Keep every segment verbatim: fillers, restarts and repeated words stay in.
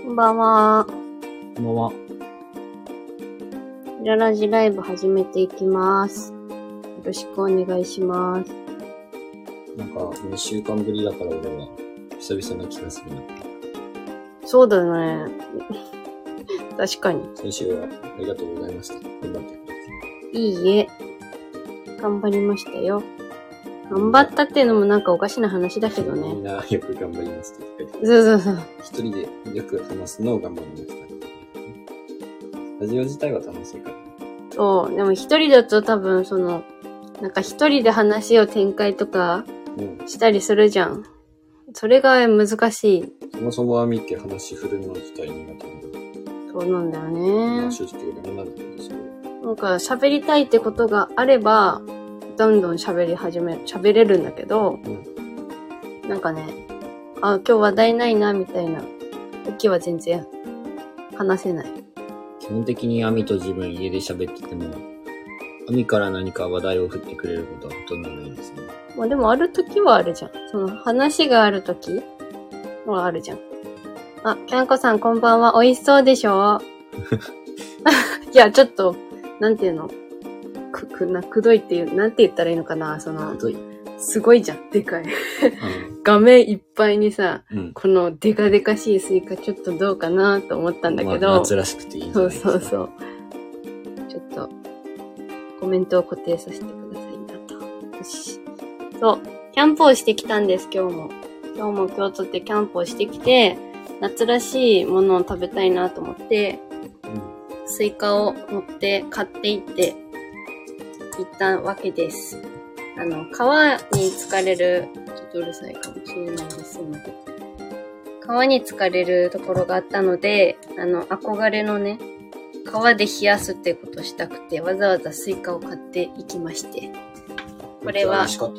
こんばんは。 こんばんは。 ひららじライブ始めていきます。よろしくお願いします。 なんかにしゅうかんぶりだから俺は久々な気がするな。 そうだね。確かに。 先週はありがとうございました。頑張ってくださいいえ。頑張りましたよ。頑張ったっていうのもなんかおかしな話だけどい。 ね。 みんなよく頑張りましたって書いてある。 そうそうそう。 一人でよく話すのを頑張りました。ラジオ自体は楽しいから。 そう。でも一人だと多分その、なんか一人で話を展開とかしたりするじゃん。それが難しい。 そもそもアミって話振るの自体苦手なんだ。 そうなんだよまねあ。正直俺もなんだけど、それなんか喋りたいってことがあれば、どんどん喋り始め、喋れるんだけど、うん、なんかね、あ、今日話題ないな、みたいな時は全然話せない。 基本的にアミと自分家で喋ってても、アミから何か話題を振ってくれることはほとんどないんですね。 まあでもある時はあるじゃん。その話がある時はあるじゃん。あ、キャンコさんこんばんは。美味しそうでしょいや、ちょっと、なんていうのく、くな、くどいっていう、なんて言ったらいいのかなその、すごいじゃん、でかい。画面いっぱいにさ、うん、このデカデカしいスイカちょっとどうかなと思ったんだけど。まあ、 夏らしくていいんじゃないですか。 そうそうそう。ちょっと、コメントを固定させてくださいなと。よし。そう、キャンプをしてきたんです、今日も。今日も京都ってキャンプをしてきて、夏らしいものを食べたいなと思って、うん、スイカを持って買っていって行ったわけです。あの、川に浸かれる、ちょっとうるさいかもしれないですので、川に浸かれるところがあったので、あの、憧れのね、川で冷やすってことをしたくて、わざわざスイカを買っていきまして、これは、そう、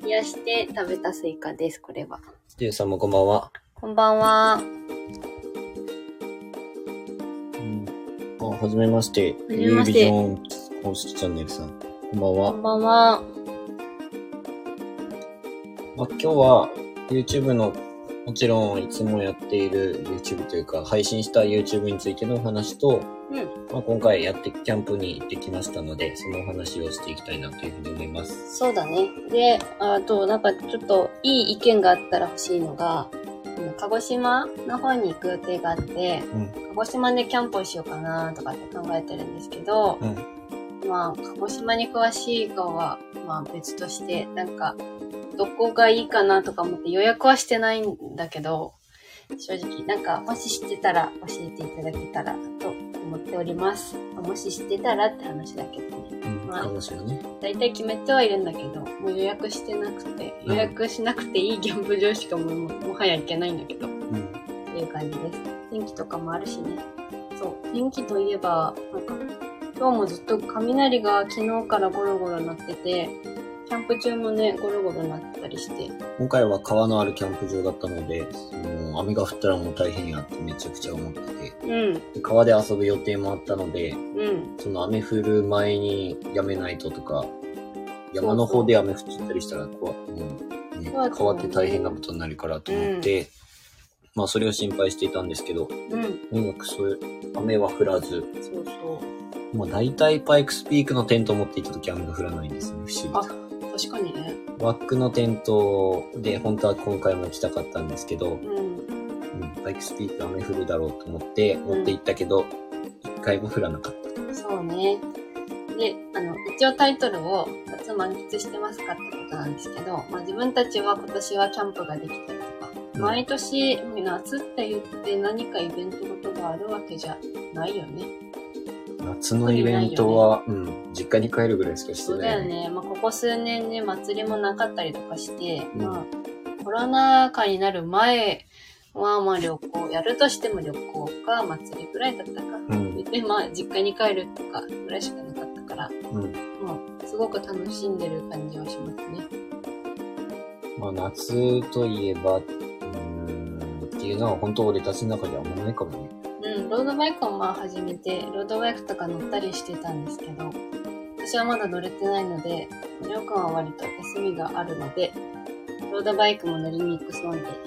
冷やして食べたスイカです、これは。 ジュウさんもこんばんは。 こんばんは。 うん、あ、はじめまして。 はじめまして。 ユービジョン公式チャンネルさん。こんばんは。 こんばんは。 まあ、今日は YouTube の、もちろんいつもやっている YouTube というか、配信した YouTube についてのお話と、うんまあ、今回やってキャンプに行ってきましたので、そのお話をしていきたいなというふうに思います。 そうだね。で、あと、なんかちょっといい意見があったら欲しいのが、鹿児島の方に行く予定があって、うん、鹿児島でキャンプをしようかなとかって考えてるんですけど、うん、まあ、鹿児島に詳しいかは、まあ別として、なんか、どこがいいかなとか思って予約はしてないんだけど、正直、なんか、もし知ってたら教えていただけたらと思っております。もし知ってたらって話だけどね。 うん、 まあ、 鹿児島ね。 大体決めてはいるんだけど、もう予約してなくて、予約しなくていいキャンプ場しかも、もはや行けないんだけど、うん、っていう感じです。天気とかもあるしね。そう、天気といえば、なんか、今日もずっと雷が昨日からゴロゴロ鳴ってて、キャンプ中もね、ゴロゴロ鳴ったりして。 今回は川のあるキャンプ場だったので、もう雨が降ったらもう大変やってめちゃくちゃ思ってて、うん、で川で遊ぶ予定もあったので、うん、その雨降る前にやめないととか、山の方で雨降っちゃったりしたら怖い、うんね、川って大変なことになるからと思って、うん、まあそれを心配していたんですけど、うん、とにかくそういう雨は降らず、そうそう。もう大体パイクスピークのテントを持っていた時雨が降らないんですね、不思議と。 確かにね。 ワックのテントで本当は今回も行きたかったんですけど、うん。うん、バイクスピーク雨降るだろうと思って持って行ったけど、一、うん、回も降らなかったと。 そうね。で、あの、一応タイトルを夏満喫してますかってことなんですけど、まあ自分たちは今年はキャンプができたりとか、うん、毎年夏って言って何かイベントごとがあるわけじゃないよね。 夏のイベントは、ね、うん、実家に帰るぐらいしかしてない。 そうだよね。まあ、ここ数年ね、祭りもなかったりとかして、うん、まあ、コロナ禍になる前は、まあ旅行、やるとしても旅行か、祭りぐらいだったか。うん、で、まあ、実家に帰るとか、ぐらいしかなかったから、うん、もう、すごく楽しんでる感じはしますね。 まあ、夏といえば、うーん、っていうのは本当俺たちの中ではあんまないかもね。 うん、ロードバイクをまあ始めて、ロードバイクとか乗ったりしてたんですけど、私はまだ乗れてないので、りょうくんは割と休みがあるので、ロードバイクも乗りに行くそうで、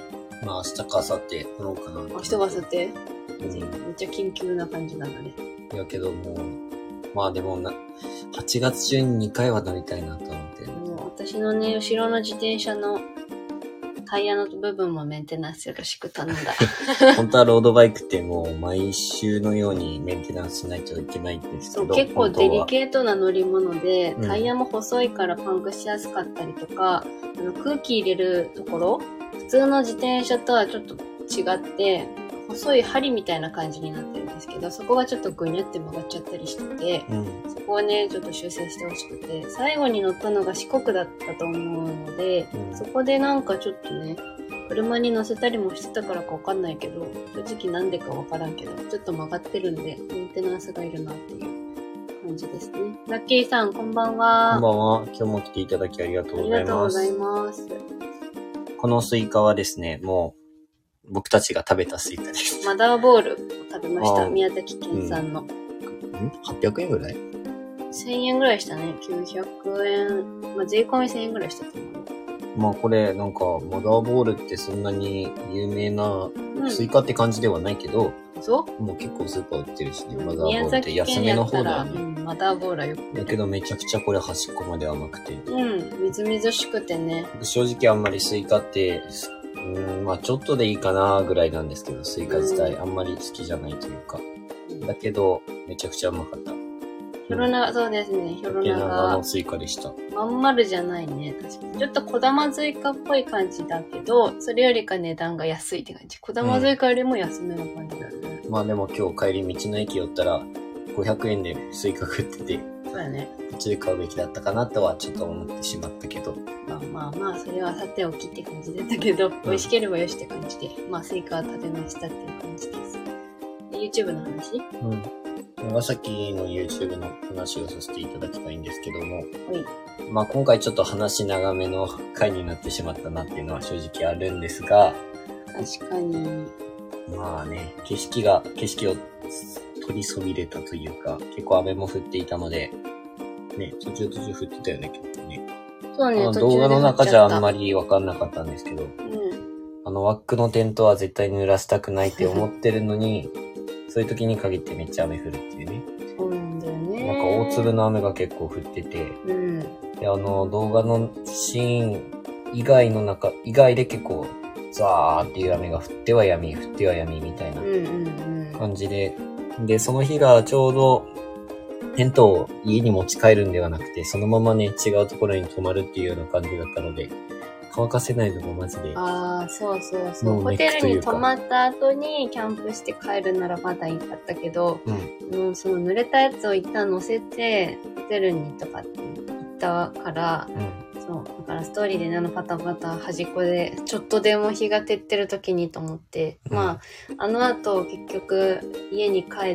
まあ明日か明後日撮ろうかな。 明日か明後日、 うん、 めっちゃ緊急な感じなんだね。 いやけどもう、まあでもな、はちがつ中ににかいは乗りたいなと思って。 もう私のね、後ろの自転車のタイヤの部分もメンテナンスよろしく頼んだ。 本当はロードバイクってもう毎週のようにメンテナンスしないといけないんですけど。 結構デリケートな乗り物で、タイヤも細いからパンクしやすかったりとか、うん、あの空気入れるところ、普通の自転車とはちょっと違って、細い針みたいな感じになってるんですけど、そこがちょっとぐにゃって曲がっちゃったりしてて、うん、そこをね、ちょっと修正してほしくて、最後に乗ったのが四国だったと思うので、うん、そこでなんかちょっとね、車に乗せたりもしてたからかわかんないけど、正直なんでかわからんけど、ちょっと曲がってるんで、メンテナンスがいるなっていう感じですね。ラッキーさん、こんばんは。 こんばんは。今日も来ていただきありがとうございます。ありがとうございます。このスイカはですね、もう、僕たちが食べたスイカです。 マダーボールを食べました。宮崎県産の。うん、 はっぴゃくえんぐらい ? せんえんぐらいしたね。きゅうひゃくえん。まあ、税込みせんえんぐらいしたと思う。 まあこれ、なんか、マダーボールってそんなに有名なスイカって感じではないけど、 うん、そうもう結構スーパー売ってるしね、うん、マダーボールって安めの方だよね。 うん、マダーボールはよく。 だけどめちゃくちゃこれ端っこまで甘くて。 うん、みずみずしくてね。 正直あんまりスイカって、うん、まあちょっとでいいかなぐらいなんですけど、スイカ自体あんまり好きじゃないというか。うん、だけど、めちゃくちゃうまかった。 ヒョロナガ、そうですね、ヒョロナガ。 のスイカでした。 まん丸じゃないね、確かに。ちょっと小玉スイカっぽい感じだけど、それよりか値段が安いって感じ。小玉スイカよりも安めの感じだよね。 うん、まあでも今日帰り道の駅寄ったら、ごひゃくえんでスイカ食ってて、 そうだね。 こっちで買うべきだったかなとはちょっと思ってしまったけど。 まあまあまあ、それはさておきって感じだったけど、うん、美味しければよしって感じで、まあスイカは食べましたっていう感じです。で YouTube の話？ うん。長崎の YouTube の話をさせていただきたいんですけども、はい、まあ今回ちょっと話長めの回になってしまったなっていうのは正直あるんですが、 確かに。 まあね、景色が、景色を取りそびれたというか、結構雨も降っていたので、ね、途中途中降ってたよね、結構ね。 そうね、 あの動画の中じゃあんまりわかんなかったんですけど、うん、あのワックのテントは絶対濡らしたくないって思ってるのに、そういう時に限ってめっちゃ雨降るっていうね。 そうなんだよね。 なんか大粒の雨が結構降ってて、うん、であの動画のシーン以外の中、以外で結構ザーっていう雨が降っては闇、降っては闇みたいな感じで、うんうんうん、で、その日がちょうどテントを家に持ち帰るんではなくて、そのままね、違うところに泊まるっていうような感じだったので、乾かせないのもマジで。 ああ、そうそうそう。ホテルに泊まった後にキャンプして帰るならまだいいかったけど、うん、もうその濡れたやつを一旦乗せて、ホテルにとかって言ったから、うん、そう。だからストーリーでね、あのパタパタ端っこで、ちょっとでも日が照ってる時にと思って、うん、まあ、あの後結局家に帰って、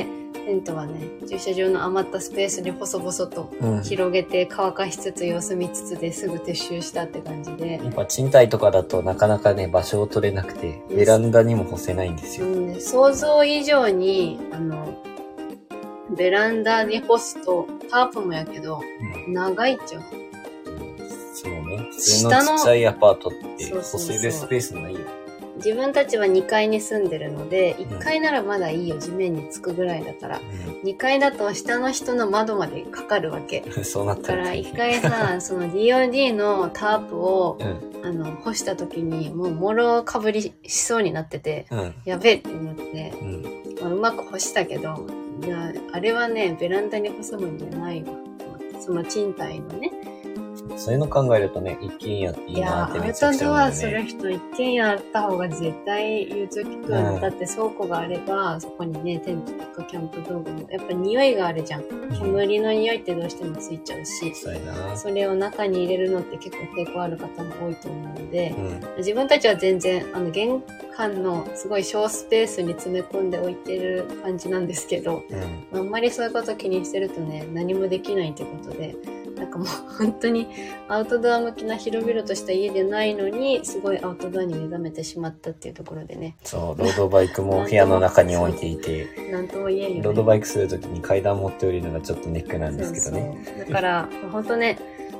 テントはね、駐車場の余ったスペースに細々と広げて乾かしつつ様子見つつですぐ撤収したって感じで。 やっぱ賃貸とかだとなかなかね、場所を取れなくて、ベランダにも干せないんですよ。 うん、想像以上に、あの、ベランダに干すと、タープもやけど、うん、長いっちゃう。 そうね。普通のちっちゃいアパートって干せるスペースないよ。 自分たちはにかいに住んでるので、いっかいならまだいいよ、地面につくぐらいだから。うん、にかいだと下の人の窓までかかるわけ。 そうなったら。だからいっかいさ、その ディーオーディー のタープを、うん、あの、干した時に、もうもろかぶりしそうになってて、うん、やべえって思って、うんまあ、うまく干したけど、いや、あれはね、ベランダに干すもんじゃないわ。その賃貸のね。 そういうの考えるとね、一軒家っていいなってめっちゃくちゃ思うよね。いや、アウトドアする人一軒家あった方が絶対融通きく、うん。だって倉庫があれば、そこにね、テントとかキャンプ道具も、やっぱ匂いがあるじゃん。煙の匂いってどうしてもついちゃうし、 そうやな。 それを中に入れるのって結構抵抗ある方も多いと思うので、うん、自分たちは全然、あの、玄関のすごい小スペースに詰め込んで置いてる感じなんですけど、うん、あんまりそういうこと気にしてるとね、何もできないってことで、なんかもう本当にアウトドア向きな広々とした家でないのに、すごいアウトドアに目覚めてしまったっていうところでね。 そう、ロードバイクも部屋の中に置いていて、 なんとも言えんよね。 ロードバイクするときに階段持って降りるのがちょっとネックなんですけどね。 そうそうだから、本当ね、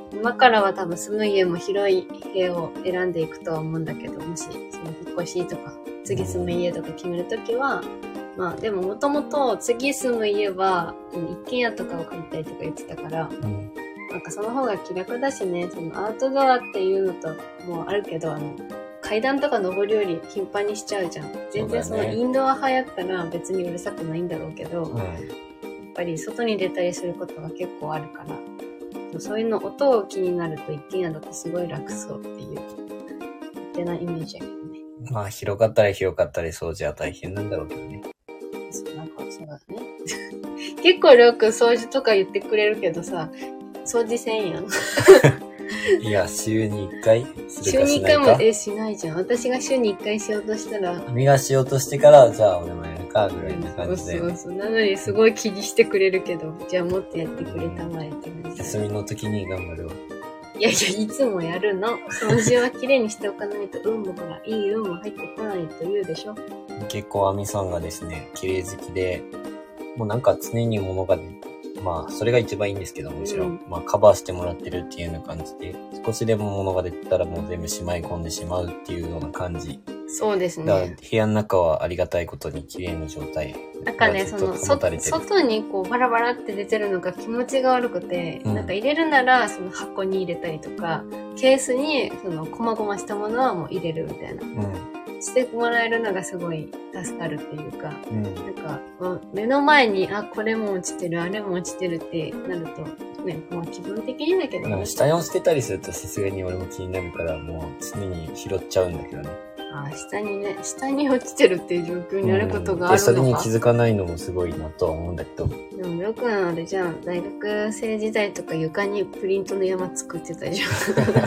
今からは多分住む家も広い部屋を選んでいくとは思うんだけど、もしその引っ越しとか次住む家とか決めるときは、うん、まあでももともと次住む家は一軒家とかを借りたいとか言ってたから、うん、なんかその方が気楽だしね、そのアウトドアっていうのともあるけど、あの階段とか登るより頻繁にしちゃうじゃん。全然そのインドア派やったら別にうるさくないんだろうけど、うん、やっぱり外に出たりすることが結構あるから、そういうの音を気になると一軒家だとすごい楽そうっていう勝手なイメージやけどね。 まあ広かったり広かったり掃除は大変なんだろうけどね。 そうなんかそうだね。結構りょうくん掃除とか言ってくれるけどさ、掃除せんやん。 いや、週にいっかいするかしないか。週にいっかいも、え、しないじゃん。私が週にいっかいしようとしたら。 君がしようとしてから、じゃあ俺もやるか、ぐらいな感じで。 そうそうそう。なのにすごい気にしてくれるけど、じゃあもっとやってくれたまえって感じ。 休みの時に頑張るわ。 いやいや、いつもやるの。掃除は綺麗にしておかないと、運もほら、いい運も入ってこないと言うでしょ。 結構、アミさんがですね、綺麗好きで、もうなんか常に物が出て、まあ、それが一番いいんですけど、もちろん。うん、まあ、カバーしてもらってるっていうような感じで、少しでも物が出てたらもう全部しまい込んでしまうっていうような感じ。 そうですね。 だから部屋の中はありがたいことに綺麗な状態。 なんかね、その、外にこう、バラバラって出てるのが気持ちが悪くて、うん、なんか入れるなら、その箱に入れたりとか、ケースに、その、細々したものはもう入れるみたいな。うんしてもらえるのがすごい助かるっていうか、うん、なんか、まあ、目の前に、あ、これも落ちてる、あれも落ちてるってなると、ね、まあ気分的にだけどね。 下に落ちてたりするとさすがに俺も気になるから、もう常に拾っちゃうんだけどね。 あ、下にね、下に落ちてるっていう状況になることがあるのか、うん、で、 それに気づかないのもすごいなとは思うんだけど。 でも、りょうくんあれじゃん、大学生時代とか床にプリントの山作ってたじゃん。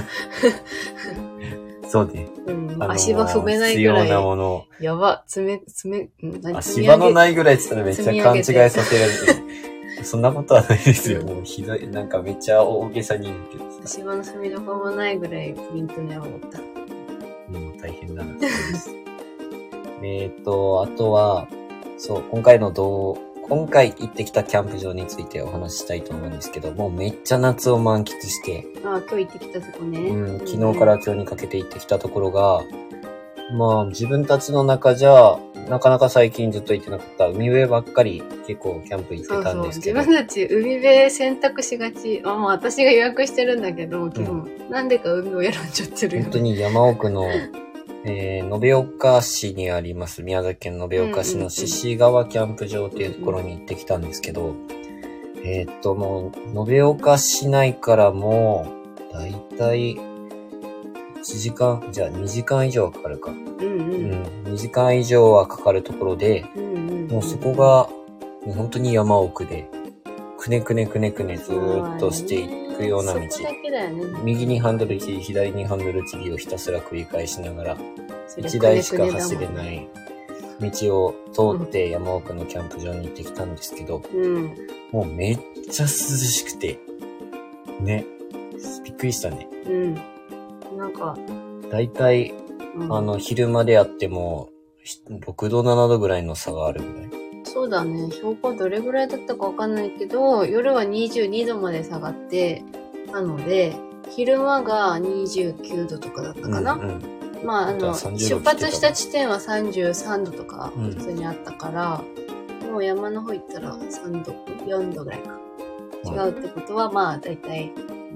そうね。 うん、あのー、足場踏めないぐらい。 必要なもの。 やば、詰め、詰め、ん何足場のないぐらいって言ったらめっちゃ勘違いさせられる。そんなことはないですよ。もうひどい、なんかめっちゃ大げさに言うけどさ。 足場の住みどころもないぐらいプリントの山だった。 うん、大変だな。えっと、あとは、そう、今回の動今回行ってきたキャンプ場についてお話ししたいと思うんですけど、もうめっちゃ夏を満喫して。 ああ、今日行ってきたとこね。 うん、昨日から今日にかけて行ってきたところが、まあ自分たちの中じゃ、なかなか最近ずっと行ってなかった海辺ばっかり結構キャンプ行ってたんですけど。 そうそう、自分たち海辺選択しがち。あ、もう私が予約してるんだけど、今日も、うん、なんでか海を選んじゃってるよ、ね。 本当に山奥の、えー、延岡市にあります、宮崎県延岡市の獅子川キャンプ場っていうところに行ってきたんですけど、うんうんうん、えー、っと、もう、延岡市内からも、だいたいいちじかん、じゃあにじかん以上はかかるか。うんうん。うん、にじかん以上はかかるところで、うんうんうん、もうそこが、もう本当に山奥で、くねくねくねくねずーっとしていくような道。 そこだけだよね。 右にハンドル切り、左にハンドル切りをひたすら繰り返しながら、一台しか走れない道を通って山奥のキャンプ場に行ってきたんですけど、うん、もうめっちゃ涼しくて、ね、びっくりしたね。 うん。なんか、 だいたい、うん、あの、昼間であっても、ろくど、ななどぐらいの差があるぐらい。 そうだね。標高どれぐらいだったかわかんないけど、夜はにじゅうにどまで下がって、なので、昼間がにじゅうきゅうどとかだったかな。うんうん、まあ、あの、出発した地点はさんじゅうさんどとか普通にあったから、うん、もう山の方行ったらさんど、よんどぐらいか。違うってことは、まあ、だいたい、うん、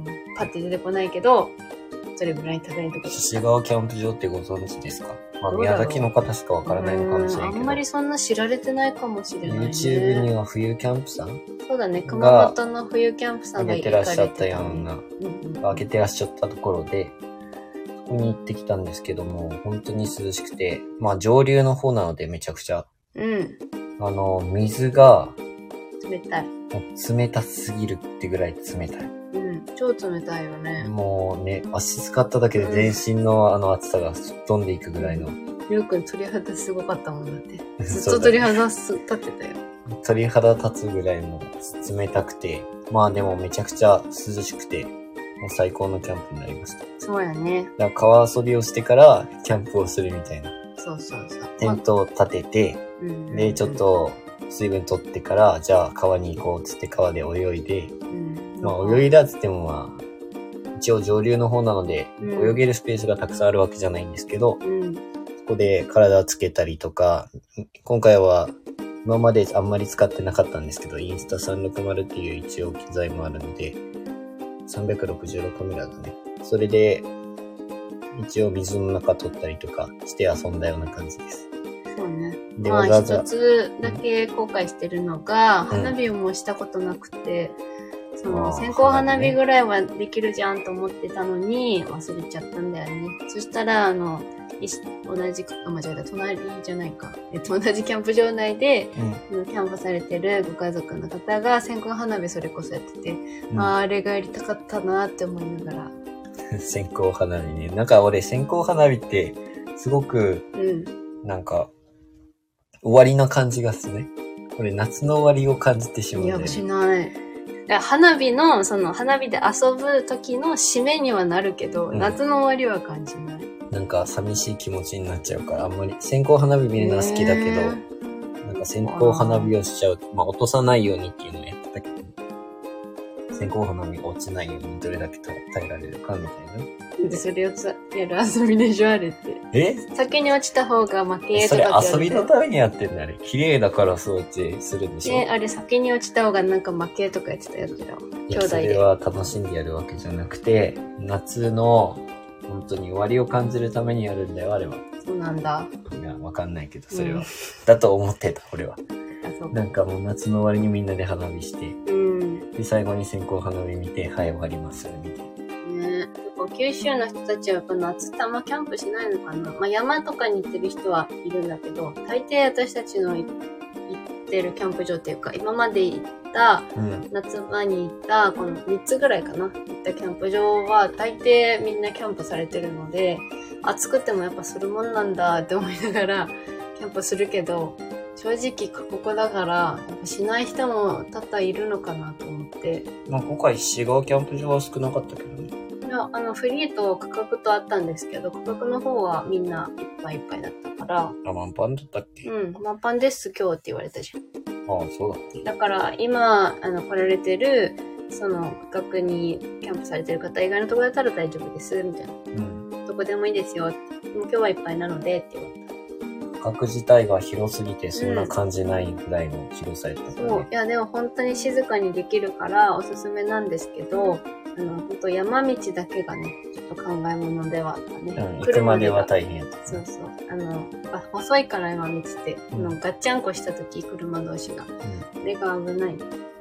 パッて出てこないけど、それぐらい高いところ。 獅子川キャンプ場ってご存知ですか？まあ、宮崎の方しかわからないのかもしれないけど。 あんまりそんな知られてないかもしれないね。 YouTube には冬キャンプさんそうだね、熊本の冬キャンプさんが上げてらっしゃったような、うんうん、上げてらっしゃったところで、そこに行ってきたんですけども、本当に涼しくて、まあ上流の方なのでめちゃくちゃ。うん。あの、水が、 冷たい。 冷たすぎるってぐらい冷たい。 うん、超冷たいよね。 もうね、足使っただけで全身のあの暑さが吹っ飛んでいくぐらいの。 りょうくん鳥肌すごかったもんだって。ずっと鳥肌立ってたよ。 鳥肌立つぐらいも冷たくて、まあでもめちゃくちゃ涼しくて、もう最高のキャンプになりました。 そうやね。 だから川遊びをしてからキャンプをするみたいな。 そうそうそう。 テントを立てて、まあ、で、ちょっと水分取ってから、じゃあ川に行こうっつって川で泳いで、うん、まあ泳いだっつってもまあ、 一応上流の方なので、うん、泳げるスペースがたくさんあるわけじゃないんですけど、うん、そこで体をつけたりとか、今回は今まであんまり使ってなかったんですけど、インスタさんびゃくろくじゅうっていう一応機材もあるので、さんびゃくろくじゅうどカメラだね。それで、一応水の中撮ったりとかして遊んだような感じです。 そうね。で、まあ一つだけ後悔してるのが、うん、花火をもしたことなくて、その線香花火ぐらいはできるじゃんと思ってたのに忘れちゃったんだよね。そしたら、あの、同じ、あ、間違えた、隣じゃないか。えっと、同じキャンプ場内で、うん、キャンプされてるご家族の方が線香花火それこそやってて、うん、あ, あれがやりたかったなって思いながら。 線香花火ね。なんか俺、線香花火って、すごく、うん、なんか、終わりの感じがするね。これ夏の終わりを感じてしまうんだよね。 いや、しない。花火の、その花火で遊ぶ時の締めにはなるけど、うん、夏の終わりは感じない。 なんか寂しい気持ちになっちゃうから、あんまり線香花火見るのは好きだけど、なんか線香花火をしちゃうと、まあ落とさないようにっていうのをやってたけど、線香花火が落ちないようにどれだけ耐えられるかみたいな。 で、それをやる遊びでしょ、あれって。 え先に落ちた方が負けとかって。それ遊びのためにやってんだ、あれ。綺麗だからそうやってするんでしょ。 え、あれ先に落ちた方がなんか負けとかやってたやつだわ。兄弟で。 それは楽しんでやるわけじゃなくて、夏の本当に終わりを感じるためにやるんだよ、あれは。 そうなんだ。 いや、わかんないけど、それは。うん、だと思ってた、俺は。なんかもう夏の終わりにみんなで花火して、うん、で、最後に線香花火見て、はい、終わります、みたいな。 ね、九州の人たちはやっぱ夏ってあんまキャンプしないのかな。まあ山とかに行ってる人はいるんだけど、大抵私たちの行ってるキャンプ場っていうか、今まで行った、うん、夏場に行ったこのみっつぐらいかな、行ったキャンプ場は大抵みんなキャンプされてるので、暑くてもやっぱするもんなんだって思いながらキャンプするけど、正直過酷だから、やっぱしない人も多々いるのかなと思って。 まあ今回滋賀キャンプ場は少なかったけどね。 いや、あの、フリーと価格とあったんですけど、価格の方はみんないっぱいいっぱいだったから。 あ、満帆だったっけ？ うん、満帆です今日って言われたじゃん。 ああ、そうだっけ。 だから今、あの、来られてる、その価格にキャンプされてる方以外のところだったら大丈夫です、みたいな。うん。どこでもいいですよ。もう今日はいっぱいなので、って言われた。 価格自体が広すぎてそんな感じないぐらいの広さやったからね、 うん。そう。いや、でも本当に静かにできるからおすすめなんですけど、あの、本当山道だけがね、ちょっと考え物ではあったね。 うん、行くまでは大変やった、ね。 そうそう。あの、細いから山道って、うん、あのガッチャンコした時、車同士が。うん、それが危ない。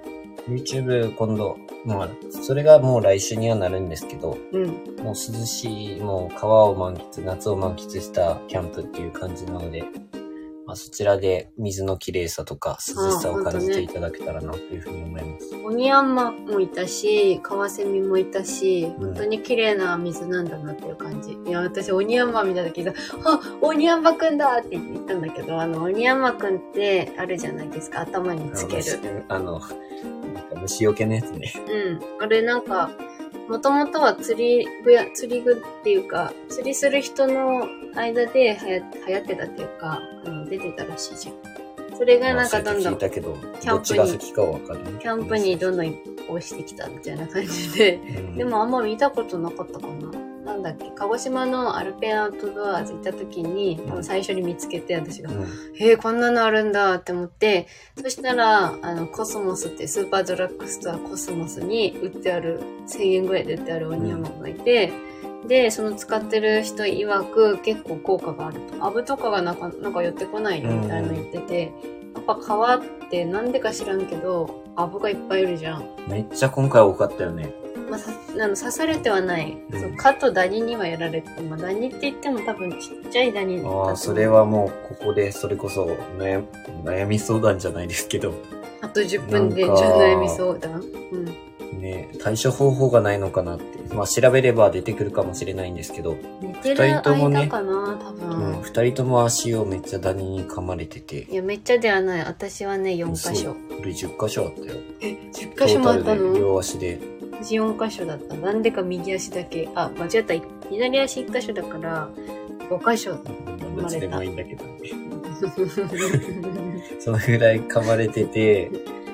YouTube 今度、まあ、それがもう来週にはなるんですけど、うん、もう涼しい、もう川を満喫、夏を満喫したキャンプっていう感じなので、まあ、そちらで水の綺麗さとか涼しさを感じていただけたらなというふうに思います。 オニヤンマもいたし、カワセミもいたし、本当に綺麗な水なんだなっていう感じ。うん、いや、私オニヤンマ見た時さ、あ、オニヤンマくんだって言ったんだけど、あの、オニヤンマくんってあるじゃないですか、頭につける。 あの、虫除けのやつね。 うん。あれなんか、もともとは釣り具や、釣り具っていうか、釣りする人の間で流行流行ってたっていうか、あの、出てたらしいじゃん。それがなんかどんどん、 キャンプに、どっちが先かは分かる。 キャンプにどんどん移行してきたみたいな感じで、うん、でもあんま見たことなかったかな。なんだっけ、鹿児島のアルペンアウトドアーズ行った時に、うん、最初に見つけて、私が、うん、へえ、こんなのあるんだって思って、そしたら、あの、コスモスってスーパードラッグストアコスモスに売ってある、せんえんぐらいで売ってあるオニヤンマがいて、うん、で、その使ってる人曰く結構効果があると。アブとかがなんか、なんか寄ってこないみたいなの言ってて、やっぱ川ってなんでか知らんけど、アブがいっぱいいるじゃん。 めっちゃ今回多かったよね。 まあ、さあの刺されてはない、うん、そう蚊とダニにはやられて、まあ、ダニって言っても多分ちっちゃいダニだと思う。 ああ、それはもうここでそれこそ悩悩み相談じゃないですけど、 あとじゅっぷんでじゃ悩み相談、 うん、ね、対処方法がないのかなって、まあ調べれば出てくるかもしれないんですけど、 寝てる間かな、多分、 うん、ふたりとも足をめっちゃダニに噛まれてて。 いや、めっちゃではない。私はねよんかしょ。 俺じゅっかしょあったよ。 え、じゅっかしょもあったの？ 両足で。 私よんかしょだった。なんでか右足だけ。あ、間違った。左足いっかしょだから、ごかしょ生まれた。どっちでもいいんだけどね。そのぐらい噛まれてて、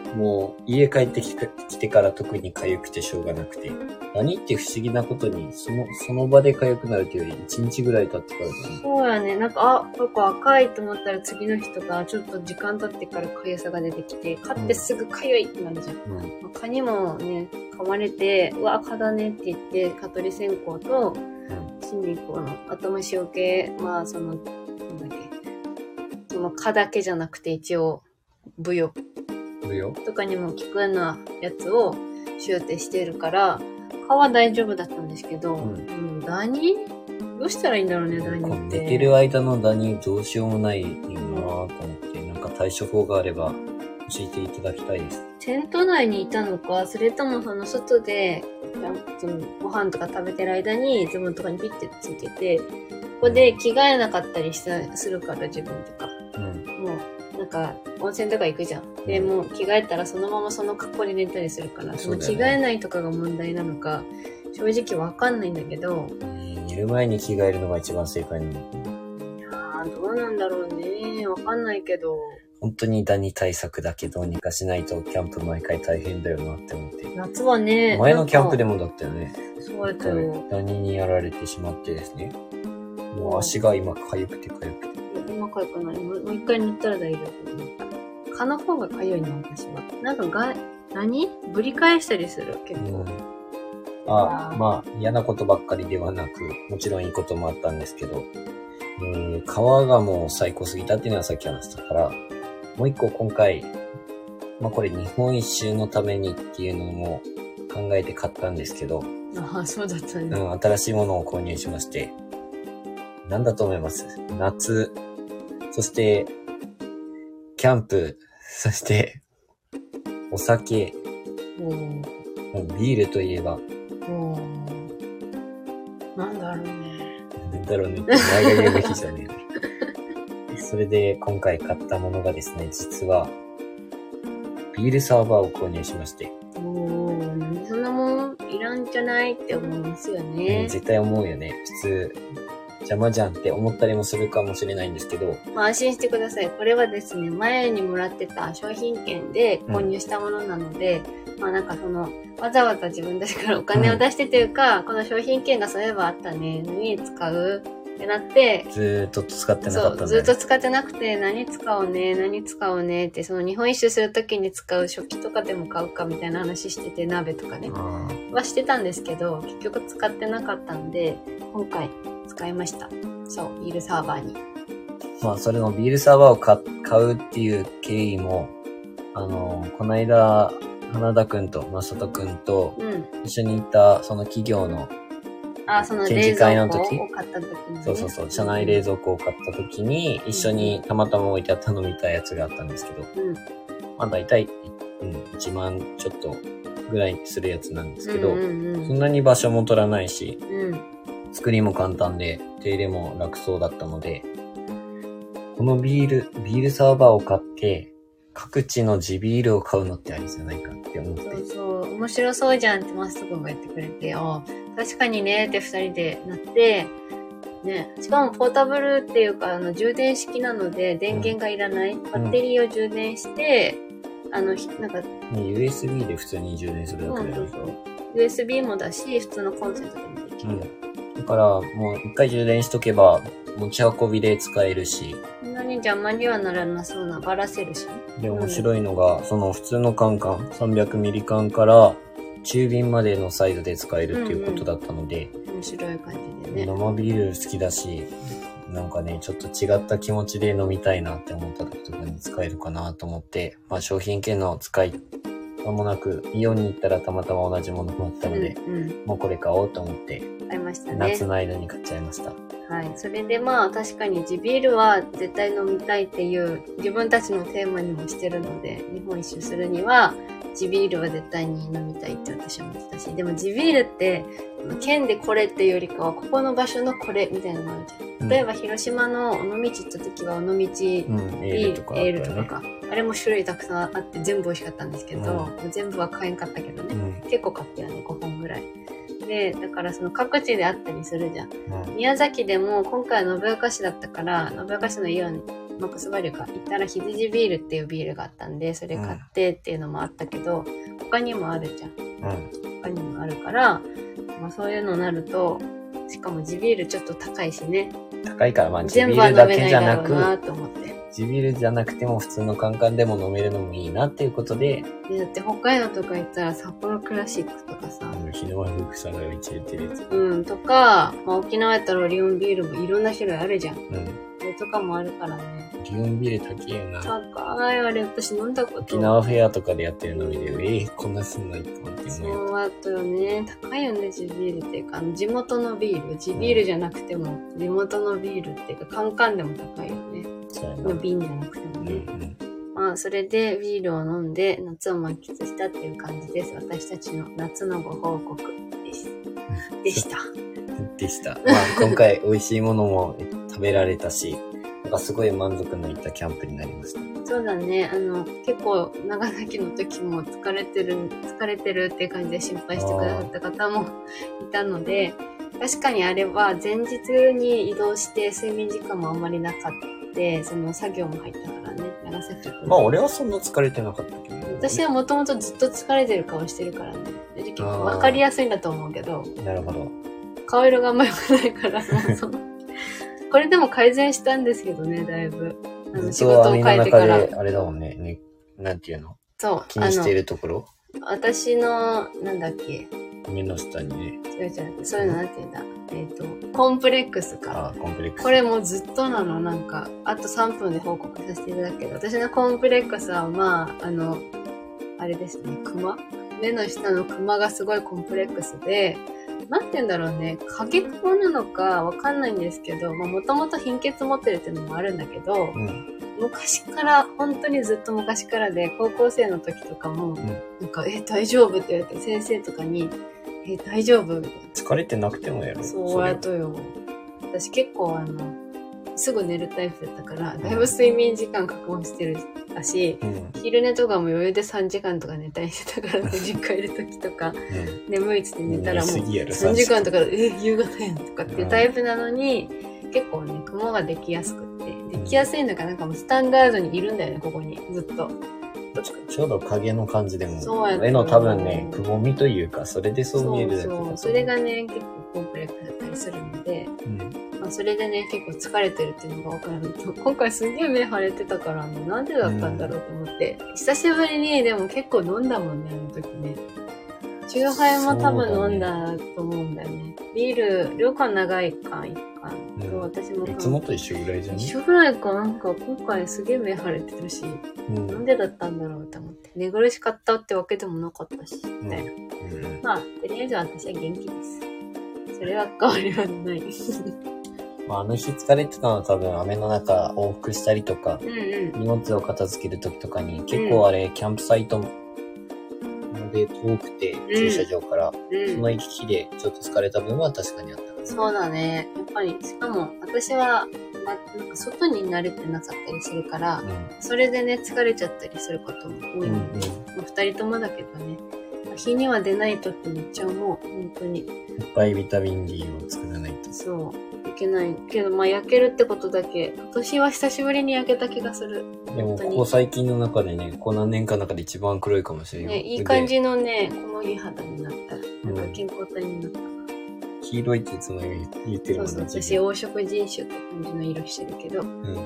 もう家帰ってきて来てから特に痒くてしょうがなくて。ダニって不思議なことに、その、その場で痒くなるというよりいちにちぐらい経ってからだね。 そうやね。なんか、あ、ここ赤いと思ったら次の日とか、ちょっと時間経ってから痒さが出てきて、飼ってすぐ痒いってなるじゃん。うんまあ、蚊にもね、噛まれて、うわ、蚊だねって言って、蚊取り線香と、心理香の後虫除け、まあその、なんだっけ、その蚊だけじゃなくて一応、ブヨ。 ブヨとかにも効くようなやつをシューってしてるから、蚊は大丈夫だったんですけど、うん、ダニどうしたらいいんだろうね、ダニって。 寝てる間のダニどうしようもないよなぁと思って、なんか対処法があれば教えていただきたいです。 テント内にいたのか、それともその外で、そのご飯とか食べてる間にズボンとかにピッてつけて、ここで着替えなかったりしたするから自分とか。うん、もうなんか温泉とか行くじゃん。で、うん、もう着替えたらそのままその格好で寝たりするから、その着替えないとかが問題なのか、正直わかんないんだけど。 寝る前に着替えるのが一番正解なの。 いやー、どうなんだろうね。わかんないけど。 本当にダニ対策だけどうにかしないとキャンプ毎回大変だよなって思って。 夏はね。 前のキャンプでもだったよね。 そうやったよ。 ダニにやられてしまってですね。もう足が今痒くて痒くて。 今痒くない。もう一回塗ったら大丈夫。蚊の方が痒いの、私は。なんかが、何ぶり返したりする、結構。うん、 あ、まあ、嫌なことばっかりではなく、もちろんいいこともあったんですけど、えー、皮がもう最高すぎたっていうのはさっき話したから、もう一個今回、まあこれ日本一周のためにっていうのも考えて買ったんですけど、 ああ、そうだったね。 うん、新しいものを購入しまして、なんだと思います？夏、そして、キャンプ、そして、お酒、ビールといえば、 なんだろうね。 なんだろうね。前が言うべきじゃねえ。それで今回買ったものがですね、実は、ビールサーバーを購入しまして。 おー、そんなもんいらんじゃないって思いますよね。 うん、絶対思うよね。普通、邪魔じゃんって思ったりもするかもしれないんですけど。 まあ安心してください。これはですね、前にもらってた商品券で購入したものなので、うん、まあなんかその、わざわざ自分たちからお金を出してというか、うん、この商品券がそういえばあったね、に使うってなって、 ずーっと使ってなかったんだ、ね、 そう、ずっと使ってなくて、何使おうね、何使おうねって、その日本一周するときに使う食器とかでも買うかみたいな話してて、鍋とかね、はしてたんですけど、結局使ってなかったんで、今回使いました。そう、ビールサーバーに。 まあ、それのビールサーバーを買うっていう経緯も、あの、この間、花田くんとまさとくんと一緒に行ったその企業のあ、その展示会の時、 を買った時に、ね、 そうそうそう、社内冷蔵庫を買った時に一緒にたまたま置いてあったの見たやつがあったんですけど、うん、まあ大体、うん、いちまんちょっとぐらいするやつなんですけど、うんうんうん、そんなに場所も取らないし、うん、作りも簡単で手入れも楽そうだったので、このビール、ビールサーバーを買って、各地の地ビールを買うのってありじゃないかって思って。 そうそう、面白そうじゃんってマスト君が言ってくれて、あ、確かにねって二人でなって、ね、しかもポータブルっていうか、あの、充電式なので電源がいらない。うん、バッテリーを充電して、うん、あの、なんか、 ね、ユーエスビー で普通に充電するだけだよね。そうそうそう。 ユーエスビー もだし、普通のコンセントでもできる。 うん、だから、もう一回充電しとけば、持ち運びで使えるし。 そんなに邪魔にはならなそうな、ばらせるし。 で、面白いのが、その普通のカンカン、さんびゃくミリ缶から、中瓶までのサイズで使えるっていうことだったので。 うんうん、面白い感じでね。 生ビール好きだし、なんかね、ちょっと違った気持ちで飲みたいなって思った時とかに使えるかなと思って、まあ商品券の使い、間もなく、イオンに行ったらたまたま同じものもあったので、うんうん、もうこれ買おうと思って、 買いましたね。 夏の間に買っちゃいました。 はい。それでまあ確かに地ビールは絶対飲みたいっていう自分たちのテーマにもしてるので、日本一周するには地ビールは絶対に飲みたいって私は思ってたし、でも地ビールって県でこれっていうよりかはここの場所のこれみたいなのあるじゃん。例えば広島の尾道行った時は尾道ビール、うん、エールとか、エールとかか。あれも種類たくさんあって全部美味しかったんですけど、うん、全部は買えんかったけどね、うん、結構買ったよね、ごほんぐらい。で、だからその各地であったりするじゃん。うん、宮崎でも今回は延岡市だったから、延岡市のイオンマックスバリューか行ったら羊ビールっていうビールがあったんで、それ買ってっていうのもあったけど、うん、他にもあるじゃん。うん、他にもあるから、まあそういうのになると、しかも地ビールちょっっと高いしね。 高いから、まあ地ビールだけじゃなく、 全部は飲めないだろうなと思って。 地ビールじゃなくても普通のカンカンでも飲めるのもいいなっていうことで。 だって北海道とか行ったら札幌クラシックとかさ。 日の丸福さんがうち入れてるやつ。 うん、とか、まあ、沖縄やったらオリオンビールもいろんな種類あるじゃん。うん。それとかもあるからね。 オリオンビール高いよな。 高い、あれ私飲んだこと。 沖縄フェアとかでやってるの見て、えー、こんなすんのいいと思ってね。 そうあとよね。高いよね、地ビールっていうか、あの地元のビール。地ビールじゃなくても、うん、地元のビールっていうか、カンカンでも高いよね。そうやな。瓶じゃなくてもね。うんうん、まあ、それでビールを飲んで夏を満喫したっていう感じです。私たちの夏のご報告です。でした。 でした。まあ、今回美味しいものも食べられたし、なんかすごい満足のいったキャンプになりました。 そうだね。あの、結構長崎の時も疲れてる、疲れてるっていう感じで心配してくださった方もいたので、確かにあれは前日に移動して睡眠時間もあんまりなかった。で、その作業も入ったからね、長崎君。 まあ俺はそんな疲れてなかったけど、ね。 私はもともとずっと疲れてる顔してるからね。結構分かりやすいんだと思うけど。 なるほど。 顔色があんま良くないから、もうそのこれでも改善したんですけどね、だいぶ。あの仕事を変えてから。 あれだもんね、ね、なんていうの？ そう。 気にしているところ？ 私の、なんだっけ。 目の下にね。 違う違う。そういうのなんていうんだ。えっと、コンプレックスか。 あ、コンプレックス。 これもうずっとなの、なんか、あとさんぷんで報告させていただくけど、私のコンプレックスは、まあ、あの、あれですね、クマ？目の下のクマがすごいコンプレックスで、なんて言うんだろうね、影クマなのかわかんないんですけど、まあ、もともと貧血持ってるっていうのもあるんだけど、うん、昔から、本当にずっと昔からで、高校生の時とかも、うん、なんか、え、大丈夫って言われて、先生とかに、え、大丈夫みたいな。 疲れてなくてもやる。 そうやとよ。私結構あの、すぐ寝るタイプだったから、だいぶ睡眠時間確保してるだし、うん、昼寝とかも余裕でさんじかんとか寝たりしてたからね、実家いる時とか、うん、眠いっつって寝たらもうさんじかんとか、え、夕方やんとかっていうタイプなのに、うん、結構ね、雲ができやすくって、できやすいのかなんかもうスタンダードにいるんだよね、ここに、ずっと。 ちょうど影の感じでも、目の多分ね、くぼみというか、それでそう見えるだけだと思う。 そうそう。それがね、結構コンプレックスだったりするので、うんまあ、それでね、結構疲れてるっていうのが分かると、今回すげえ目腫れてたからね、なんでだったんだろうと思って、うん、久しぶりにでも結構飲んだもんね、あの時ね。チューハイも多分飲んだと思うんだよね。ビール、量感長いか、一缶と、うん、私も。 いつもと一緒ぐらいじゃね？ 一緒ぐらいか、なんか今回すげえ目腫れてるし、うん、なんでだったんだろうと思って。寝苦しかったってわけでもなかったし、みたいな。うんうん、まあ、とりあえず私は元気です。それは変わりはないです。 まあ、あの日疲れてたのは多分雨の中往復したりとか、うんうん、荷物を片付ける時とかに、結構あれ、うん、キャンプサイトで遠くて、駐車場から、うん、その行き来でちょっと疲れた分は確かにあったかな。 そうだね。やっぱり、しかも私は、ま、なんか外に慣れてなかったりするから、うん、それでね、疲れちゃったりすることも多いので、うんうん、二人ともだけどね、日には出ないとってめっちゃ思う、本当に。いっぱいビタミン D を作らないと。 そう。いけないけど、まあ焼けるってことだけ、今年は久しぶりに焼けた気がする。 でも、ここ最近の中でね、ここ何年かの中で一番黒いかもしれない。 ね、いい感じのね、小麦肌になった。なんか健康体になった。うん、 黄色いっていつも言ってるもんね。 そうそう、私黄色人種って感じの色してるけど、うん、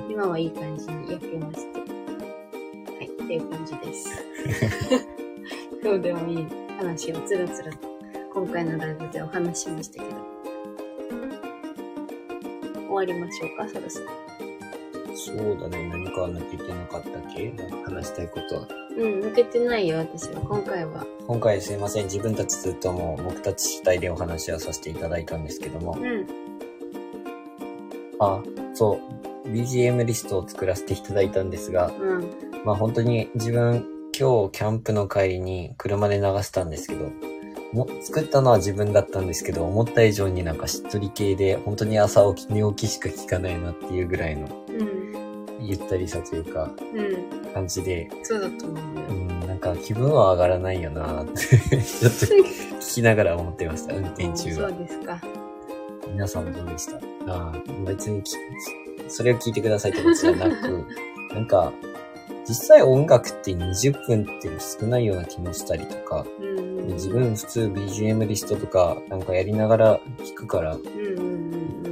今はいい感じに焼けまして。はい、っていう感じです。どうでもいい話をつらつらと今回のライブでお話しましたけど。終わりましょうか、そろそろ。 そうだね。何か抜けてなかったっけ？話したいことは。 うん、抜けてないよ、私は。今回は。 今回すいません。自分たちずっともう僕たち主体でお話をさせていただいたんですけども。うん。あ、そう。ビージーエム リストを作らせていただいたんですが、うん。まあ本当に自分、今日キャンプの帰りに車で流したんですけど、も作ったのは自分だったんですけど、思った以上になんかしっとり系で、本当に朝起き、寝起きしか聞かないなっていうぐらいの、うん、ゆったりさというか、うん、感じで。 そうだと思うよ。 うん、なんか気分は上がらないよなって、ちょっと聞きながら思ってました、運転中は。 そうですか。 皆さんどうでした？ああ、別に、 それを聞いてくださいってことじゃなく、なんか、実際音楽ってにじゅっぷんって少ないような気もしたりとか、うんうん、自分普通 ビージーエム リストとかなんかやりながら聞くから、うんうんうん、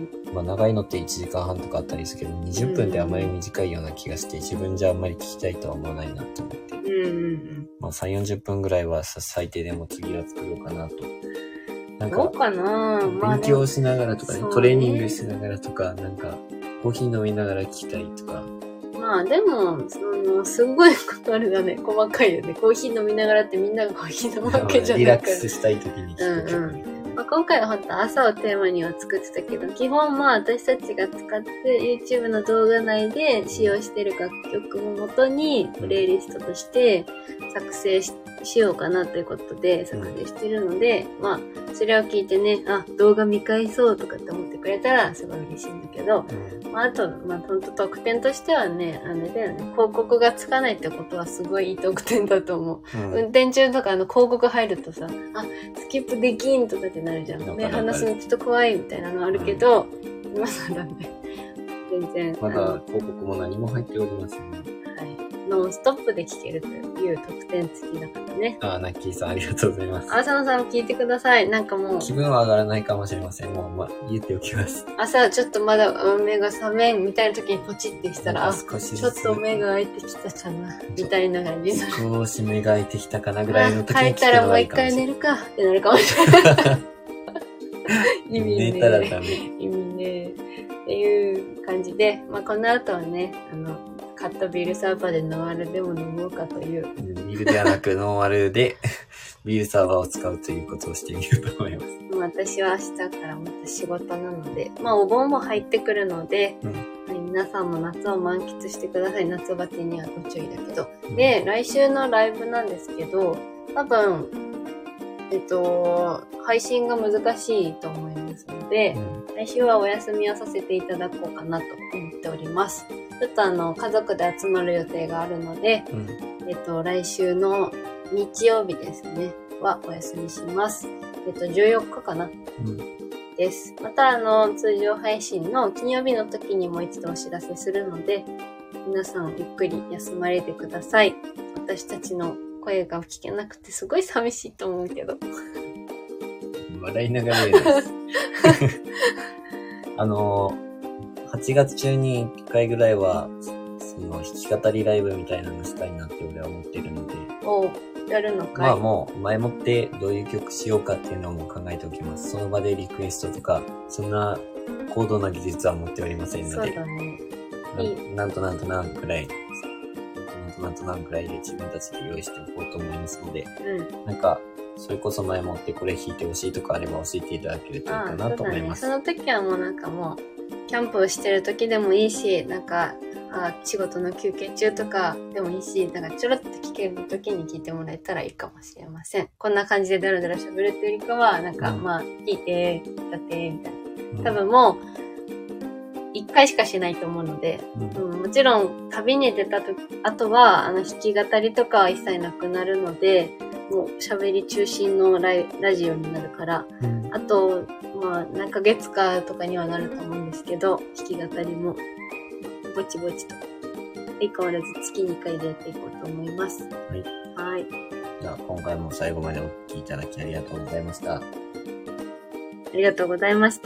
まあ長いのっていちじかんはんとかあったりするけど、にじゅっぷんってあまり短いような気がして、自分じゃあんまり聞きたいとは思わないなと思って。うんうんうん、まあさんじゅう、よんじゅっぷんぐらいは最低でも次は作ろうかなと。 なんか、そうかな勉強しながらとかね、まあ、トレーニングしながらとか、なんか、コーヒー飲みながら聞きたいとか。 まあでも、その、すごいことあるだね。細かいよね。コーヒー飲みながらってみんながコーヒー飲むわけじゃない。 リラックスしたい時に聞く曲、うんうんまあ、今回は本当朝をテーマには作ってたけど、基本まあ私たちが使って YouTube の動画内で使用している楽曲をもとにプレイリストとして作成 し, しようかなということで作成してるので、うん、まあそれを聞いてね、あ、動画見返そうとかって思ってくれたらすごい嬉しいんだけど、うん、まああと、まあ本当特典としてはね、あれだよね、広告がつかないってことはすごいいい特典だと思う。うん、運転中とかあの広告入るとさ、あ、スキップできんとかってなるじゃん。ね、話すのちょっと怖いみたいなのあるけど、うん、今更ね、全然。 まだ広告も何も入っておりませんね。 はい。ノンストップで聞けるという特典付きだからね。 ああ、ナッキーさんありがとうございます。 朝野さんも聞いてください。なんかもう。 気分は上がらないかもしれません。もう、まあ、言っておきます。 朝ちょっとまだ目が覚めんみたいな時にポチってしたら、あ、少しちょっと目が開いてきたかな、みたいな感じ。 少し目が開いてきたかなぐらいの時に聞いたらもう一回寝るかってなるかもしれない。意味ね。 寝たらダメ。 意味ね。っていう感じで、まあ、この後はね、あの、買ったビールサーバーでノンアルでも飲もうかという。 ビールではなくノンアルでビールサーバーを使うということをしてみようと思います。 私は明日からまた仕事なので、まあお盆も入ってくるので、うんはい、皆さんも夏を満喫してください。夏バテにはご注意だけど。うん、で、来週のライブなんですけど、多分、えっと、配信が難しいと思いますので、うん、来週はお休みをさせていただこうかなと思っております。ちょっとあの、家族で集まる予定があるので、うん、えっと、来週の日曜日ですね、はお休みします。えっと、じゅうよっかかな、うん、です。またあの、通常配信の金曜日の時にも一度お知らせするので、皆さんゆっくり休まれてください。私たちの声が聞けなくてすごい寂しいと思うけど。 笑いながら言うです。あの、はちがつ中にいっかいぐらいは、その弾き語りライブみたいなのしたいなって俺は思ってるので。 おやるのかい。 まあもう前もってどういう曲しようかっていうのも考えておきます。その場でリクエストとか、そんな高度な技術は持っておりませんので。 そうだね。 いいな, なんとなんとなんくらい、なんとなんとなんくらいで自分たちで用意しておこうと思いますので、うん、なんか、それこそ前もってこれ弾いてほしいとかあれば教えていただけるといいかなと思います。 そ, ね、その時はもうなんかもう、キャンプをしてる時でもいいし、なんか、あ仕事の休憩中とかでもいいし、なんかちょろっと聞ける時に聞いてもらえたらいいかもしれません。こんな感じでダラダラ喋るっていうよりかは、なんか、うん、まあ、聞いて、やって、みたいな。多分もう、一回しかしないと思うので、うんうん、もちろん旅に出たと後は、あの、弾き語りとかは一切なくなるので、もう喋り中心のライラジオになるから、うん、あと、まあ、何ヶ月かとかにはなると思うんですけど、弾き語りも、ぼちぼちと、相変わらず月にかいでやっていこうと思います。 はい。 はい。 じゃあ、今回も最後までお聞きいただきありがとうございました。ありがとうございました。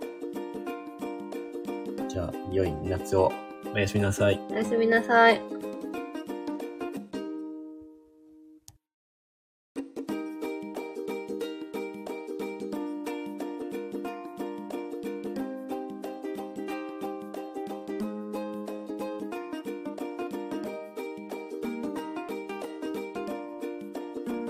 じゃあ、良い夏をおやすみなさい。 おやすみなさい。